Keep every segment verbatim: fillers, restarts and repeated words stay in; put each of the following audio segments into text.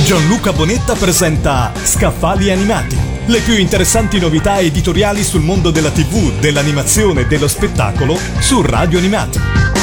Gianluca Bonetta presenta Scaffali Animati, le più interessanti novità editoriali sul mondo della tivù, dell'animazione e dello spettacolo su Radio Animati.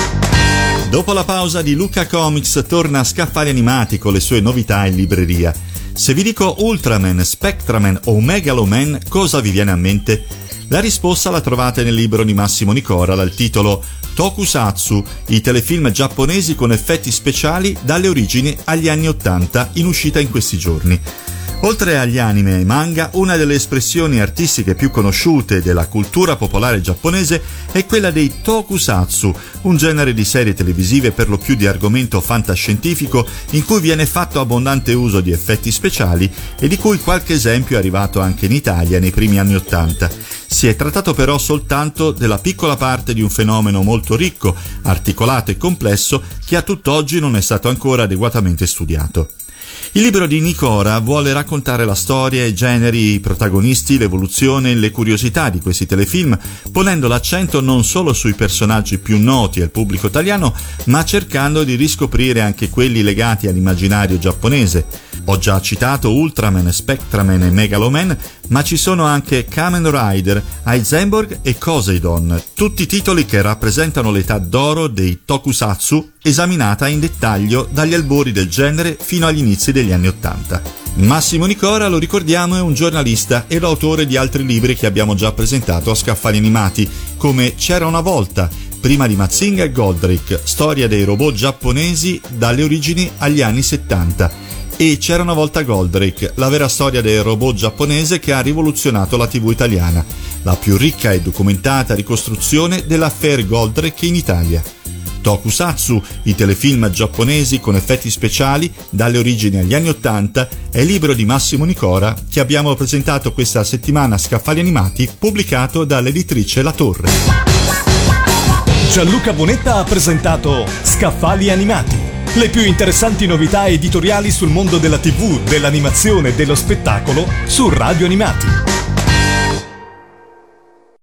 Dopo la pausa di Luca Comics torna Scaffali Animati con le sue novità in libreria. Se vi dico Ultraman, Spectraman o Megaloman, cosa vi viene a mente? La risposta la trovate nel libro di Massimo Nicora dal titolo Tokusatsu, i telefilm giapponesi con effetti speciali dalle origini agli anni ottanta, in uscita in questi giorni. Oltre agli anime e ai manga, una delle espressioni artistiche più conosciute della cultura popolare giapponese è quella dei tokusatsu, un genere di serie televisive per lo più di argomento fantascientifico in cui viene fatto abbondante uso di effetti speciali e di cui qualche esempio è arrivato anche in Italia nei primi anni ottanta. Si è trattato però soltanto della piccola parte di un fenomeno molto ricco, articolato e complesso che a tutt'oggi non è stato ancora adeguatamente studiato. Il libro di Nicora vuole raccontare la storia, i generi, i protagonisti, l'evoluzione e le curiosità di questi telefilm, ponendo l'accento non solo sui personaggi più noti al pubblico italiano, ma cercando di riscoprire anche quelli legati all'immaginario giapponese. Ho già citato Ultraman, Spectraman e Megaloman, ma ci sono anche Kamen Rider, Heisenberg e Poseidon, tutti titoli che rappresentano l'età d'oro dei tokusatsu, esaminata in dettaglio dagli albori del genere fino agli inizi degli anni Ottanta. Massimo Nicora, lo ricordiamo, è un giornalista e l'autore di altri libri che abbiamo già presentato a Scaffali Animati, come C'era una volta, prima di Mazinga e Goldrake, storia dei robot giapponesi dalle origini agli anni settanta, e C'era una volta Goldrake, la vera storia del robot giapponese che ha rivoluzionato la tivù italiana, la più ricca e documentata ricostruzione dell'affaire Goldrake in Italia. Tokusatsu, i telefilm giapponesi con effetti speciali dalle origini agli anni ottanta, è il libro di Massimo Nicora che abbiamo presentato questa settimana a Scaffali Animati, pubblicato dall'editrice La Torre. Gianluca Bonetta ha presentato Scaffali Animati, le più interessanti novità editoriali sul mondo della tivù, dell'animazione e dello spettacolo su Radio Animati.